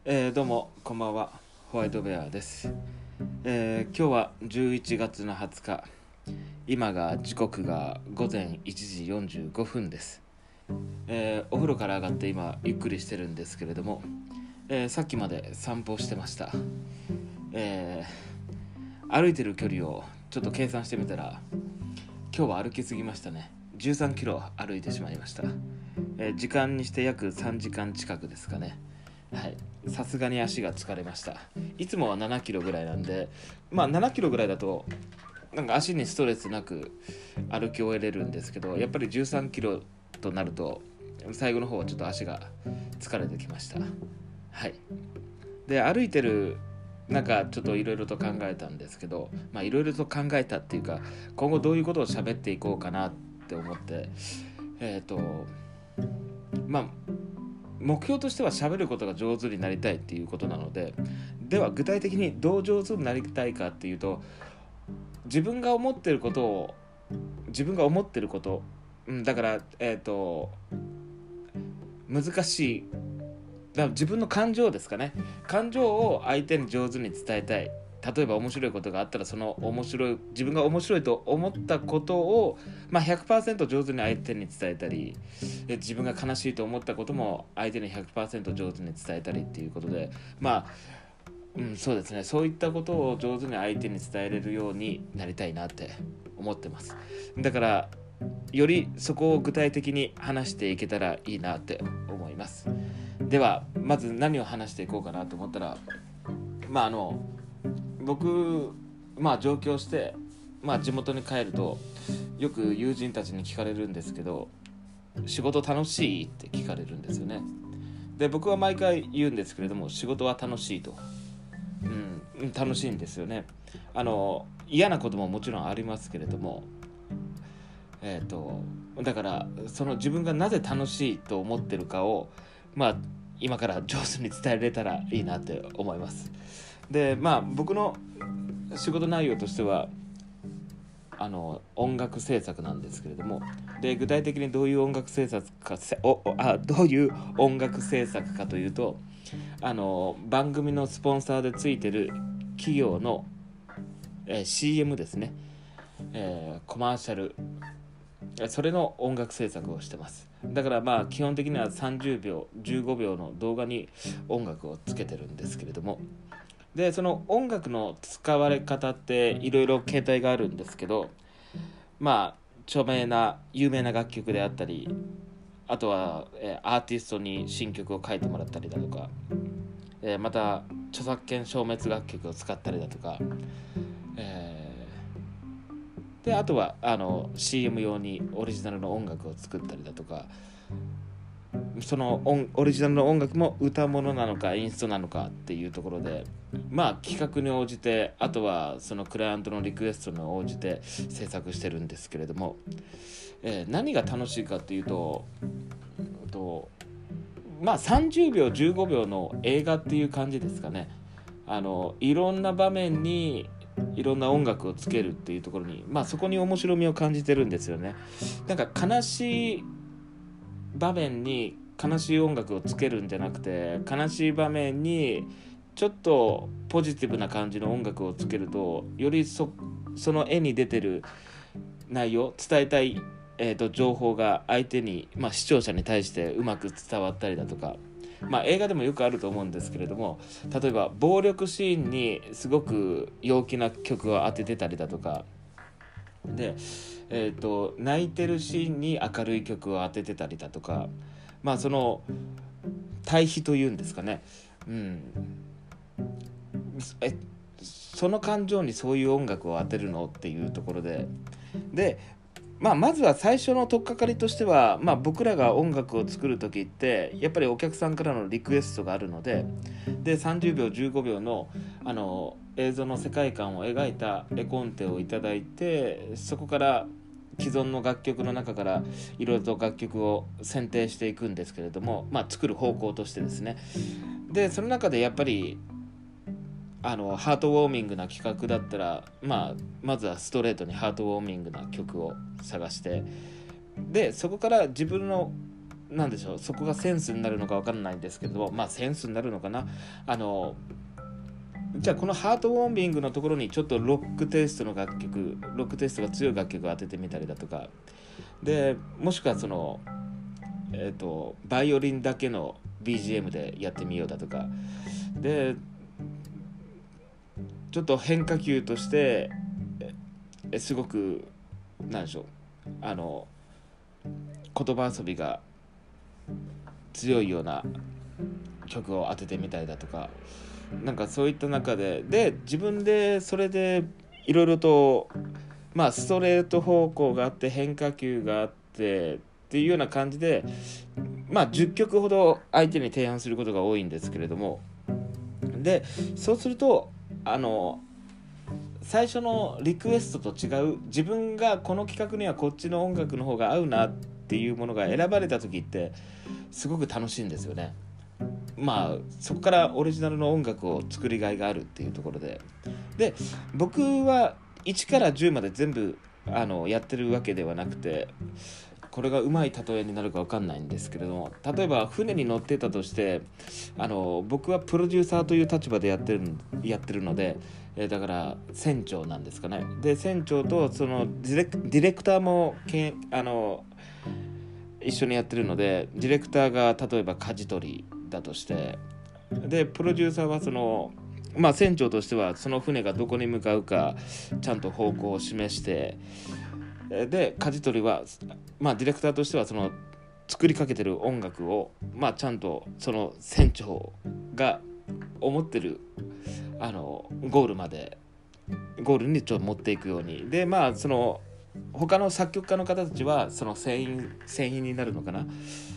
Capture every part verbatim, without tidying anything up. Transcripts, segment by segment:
えー、どうもこんばんは。ホワイトベアです。えー、今日はじゅういちがつのはつか、今が時刻がごぜんいちじよんじゅうごふんです。えー、お風呂から上がって今ゆっくりしてるんですけれども、えー、さっきまで散歩してました。えー、歩いてる距離をちょっと計算してみたら、今日は歩きすぎましたね。じゅうさんキロ歩いてしまいました。えー、時間にして約さんじかん近くですかね。はい、さすがに足が疲れました。いつもはななキロぐらいなんで、まあななキロぐらいだとなんか足にストレスなく歩き終えれるんですけど、やっぱりじゅうさんキロとなると最後の方はちょっと足が疲れてきました。はい。で、歩いてる中ちょっといろいろと考えたんですけど、まあいろいろと考えたっていうか、今後どういうことを喋っていこうかなって思って、えっ、ー、とまあ目標としては喋ることが上手になりたいっていうことなので、では具体的にどう上手になりたいかっていうと、自分が思ってることを自分が思ってること、うん、だからえっ、ー、と難しい、だから自分の感情ですかね。感情を相手に上手に伝えたい。例えば面白いことがあったら、その面白い自分が面白いと思ったことを、まあ、ひゃくパーセント 上手に相手に伝えたり、自分が悲しいと思ったことも相手に ひゃくパーセント 上手に伝えたりっていうことで、まあ、うん、そうですね、そういったことを上手に相手に伝えれるようになりたいなって思ってます。だからよりそこを具体的に話していけたらいいなって思います。ではまず何を話していこうかなと思ったら、まああの僕、まあ上京して、まあ、地元に帰るとよく友人たちに聞かれるんですけど、仕事楽しいって聞かれるんですよね。で、僕は毎回言うんですけれども、仕事は楽しいと。うん、楽しいんですよね。あの嫌なことももちろんありますけれども、えーと、だからその自分がなぜ楽しいと思ってるかを、まあ今から上手に伝えれたらいいなって思います。で、まあ僕の仕事内容としてはあの音楽制作なんですけれども、で具体的にどういう音楽制作かおあどういう音楽制作かというと、あの番組のスポンサーでついてる企業の、えー、シーエム ですね、えー、コマーシャル、それの音楽制作をしてます。だからまあ基本的にはさんじゅうびょうじゅうごびょうの動画に音楽をつけてるんですけれども、でその音楽の使われ方っていろいろ形態があるんですけど、まあ著名な有名な楽曲であったり、あとは、えー、アーティストに新曲を書いてもらったりだとか、えー、また著作権消滅楽曲を使ったりだとか、えー、であとはあの シーエム 用にオリジナルの音楽を作ったりだとか、そのオオリジナルの音楽も歌物なのかインストなのかっていうところで、まあ企画に応じて、あとはそのクライアントのリクエストに応じて制作してるんですけれども、えー、何が楽しいかっていうと、とまあさんじゅうびょうじゅうごびょうの映画っていう感じですかね。あのいろんな場面にいろんな音楽をつけるっていうところに、まあそこに面白みを感じてるんですよね。なんか悲しい場面に悲しい音楽をつけるんじゃなくて、悲しい場面にちょっとポジティブな感じの音楽をつけると、より そ, その絵に出てる内容、伝えたい、えーと、情報が相手に、まあ、視聴者に対してうまく伝わったりだとか、まあ、映画でもよくあると思うんですけれども、例えば暴力シーンにすごく陽気な曲を当ててたりだとかで、えーと、泣いてるシーンに明るい曲を当ててたりだとか、まあその対比というんですかね、うん、えその感情にそういう音楽を当てるのっていうところで、で、まあ、まずは最初の取っかかりとしては、まあ、僕らが音楽を作る時ってやっぱりお客さんからのリクエストがあるので、でさんじゅうびょうじゅうごびょうの、あの映像の世界観を描いた絵コンテをいただいて、そこから既存の楽曲の中からいろいろと楽曲を選定していくんですけれども、まあ、作る方向としてですね。でその中でやっぱりあのハートウォーミングな企画だったら、まあ、まずはストレートにハートウォーミングな曲を探して、でそこから自分のなんでしょう、そこがセンスになるのか分かんないんですけども、まあセンスになるのかな。あのじゃあこのハートウォーミングのところにちょっとロックテイストの楽曲ロックテイストが強い楽曲を当ててみたりだとかで、もしくはそのえっとバイオリンだけの ビージーエム でやってみようだとかで、ちょっと変化球としてえすごくなんでしょう、あの言葉遊びが強いような曲を当ててみたりだとか、なんかそういった中でで自分でそれでいろいろとまあストレート方向があって変化球があってっていうような感じで、まあじゅっきょくほど相手に提案することが多いんですけれども、でそうするとあの最初のリクエストと違う自分がこの企画にはこっちの音楽の方が合うなっていうものが選ばれた時ってすごく楽しいんですよね。まあそこからオリジナルの音楽を作りがいがあるっていうところで、で僕はいちからじゅうまで全部あのやってるわけではなくて、これがうまい例えになるか分かんないんですけれども、例えば船に乗ってたとして、あの僕はプロデューサーという立場でやってるやってるので、えー、だから船長なんですかね。で船長とそのディレク、ディレクターもけあの一緒にやってるので、ディレクターが例えば舵取りだとして、でプロデューサーはそのまあ船長としてはその船がどこに向かうかちゃんと方向を示して、で舵取りはまあディレクターとしてはその作りかけてる音楽をまあちゃんとその船長が思ってるあのゴールまでゴールにちょっと持っていくようにで、まあその他の作曲家の方たちはその船員船員になるのかな。うん、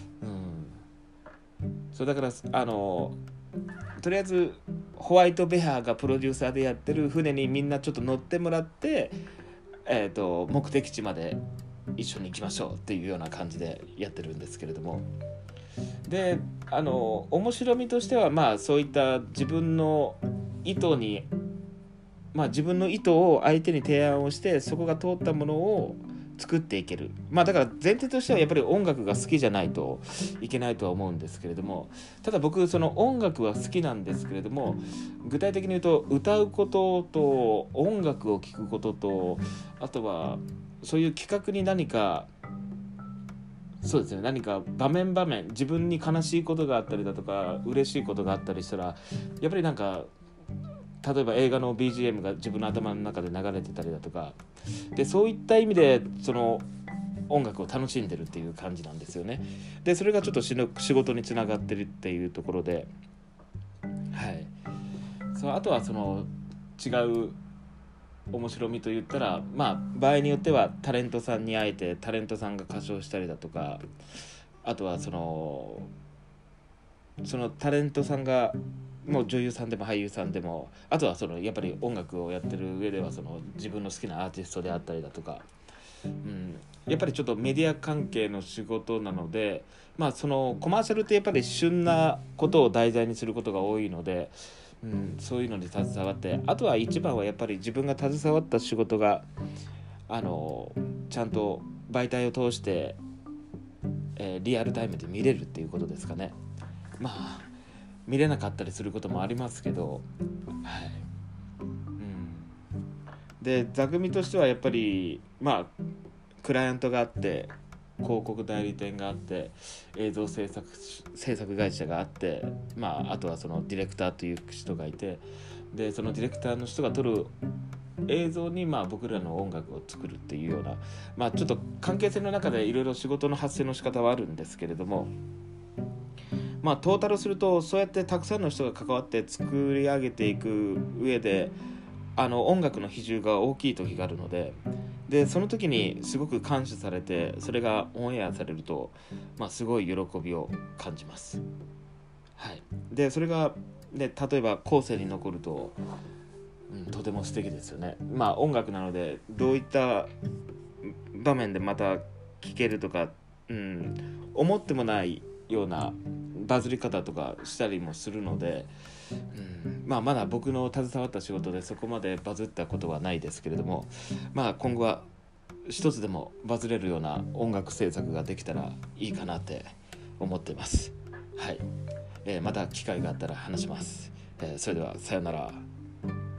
そうだからあのとりあえずホワイトベアがプロデューサーでやってる船にみんなちょっと乗ってもらって、えーと、目的地まで一緒に行きましょうっていうような感じでやってるんですけれども、であの面白みとしてはまあそういった自分の意図にまあ自分の意図を相手に提案をしてそこが通ったものを作っていける。まあだから前提としてはやっぱり音楽が好きじゃないといけないとは思うんですけれども、ただ僕その音楽は好きなんですけれども、具体的に言うと歌うことと音楽を聴くことと、あとはそういう企画に何かそうですね何か場面場面自分に悲しいことがあったりだとか嬉しいことがあったりしたら、やっぱりなんか例えば映画の ビージーエム が自分の頭の中で流れてたりだとかで、そういった意味でその音楽を楽しんでるっていう感じなんですよね。でそれがちょっと仕事につながってるっていうところで、はい、そうあとはその違う面白みと言ったら、まあ場合によってはタレントさんに会えてタレントさんが歌唱したりだとか、あとはそのそのタレントさんがもう女優さんでも俳優さんでも、あとはそのやっぱり音楽をやってる上ではその自分の好きなアーティストであったりだとか、うん、やっぱりちょっとメディア関係の仕事なので、まあそのコマーシャルってやっぱり旬なことを題材にすることが多いので、うん、そういうのに携わって、あとは一番はやっぱり自分が携わった仕事があのちゃんと媒体を通して、えー、リアルタイムで見れるっていうことですかね。まあ見れなかったりすることもありますけど、はい、うん、で座組としてはやっぱりまあクライアントがあって広告代理店があって映像制作制作会社があって、まあ、あとはそのディレクターという人がいて、でそのディレクターの人が撮る映像にまあ僕らの音楽を作るっていうような、まあ、ちょっと関係性の中でいろいろ仕事の発生の仕方はあるんですけれども、まあトータルするとそうやってたくさんの人が関わって作り上げていく上であの音楽の比重が大きい時があるので、でその時にすごく感謝されてそれがオンエアされると、まあ、すごい喜びを感じます、はい、でそれが、ね、例えば後世に残ると、うん、とても素敵ですよね。まあ音楽なのでどういった場面でまた聴けるとか、うん、思ってもないようなバズり方とかしたりもするので、うん、まあまだ僕の携わった仕事でそこまでバズったことはないですけれども、まあ今後は一つでもバズれるような音楽制作ができたらいいかなって思ってます。はい、えーまた機会があったら話します。えーそれではさようなら。